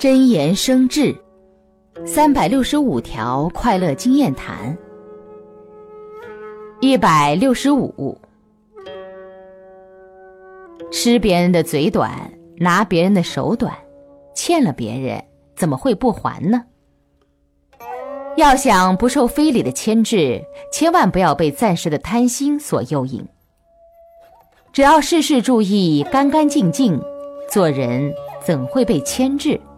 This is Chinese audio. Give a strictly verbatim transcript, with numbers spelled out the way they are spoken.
真言生智，三百六十五条快乐经验谈。一百六十五，吃别人的嘴短，拿别人的手短，欠了别人怎么会不还呢？要想不受非礼的牵制，千万不要被暂时的贪心所诱引。只要事事注意干干净净，做人怎会被牵制？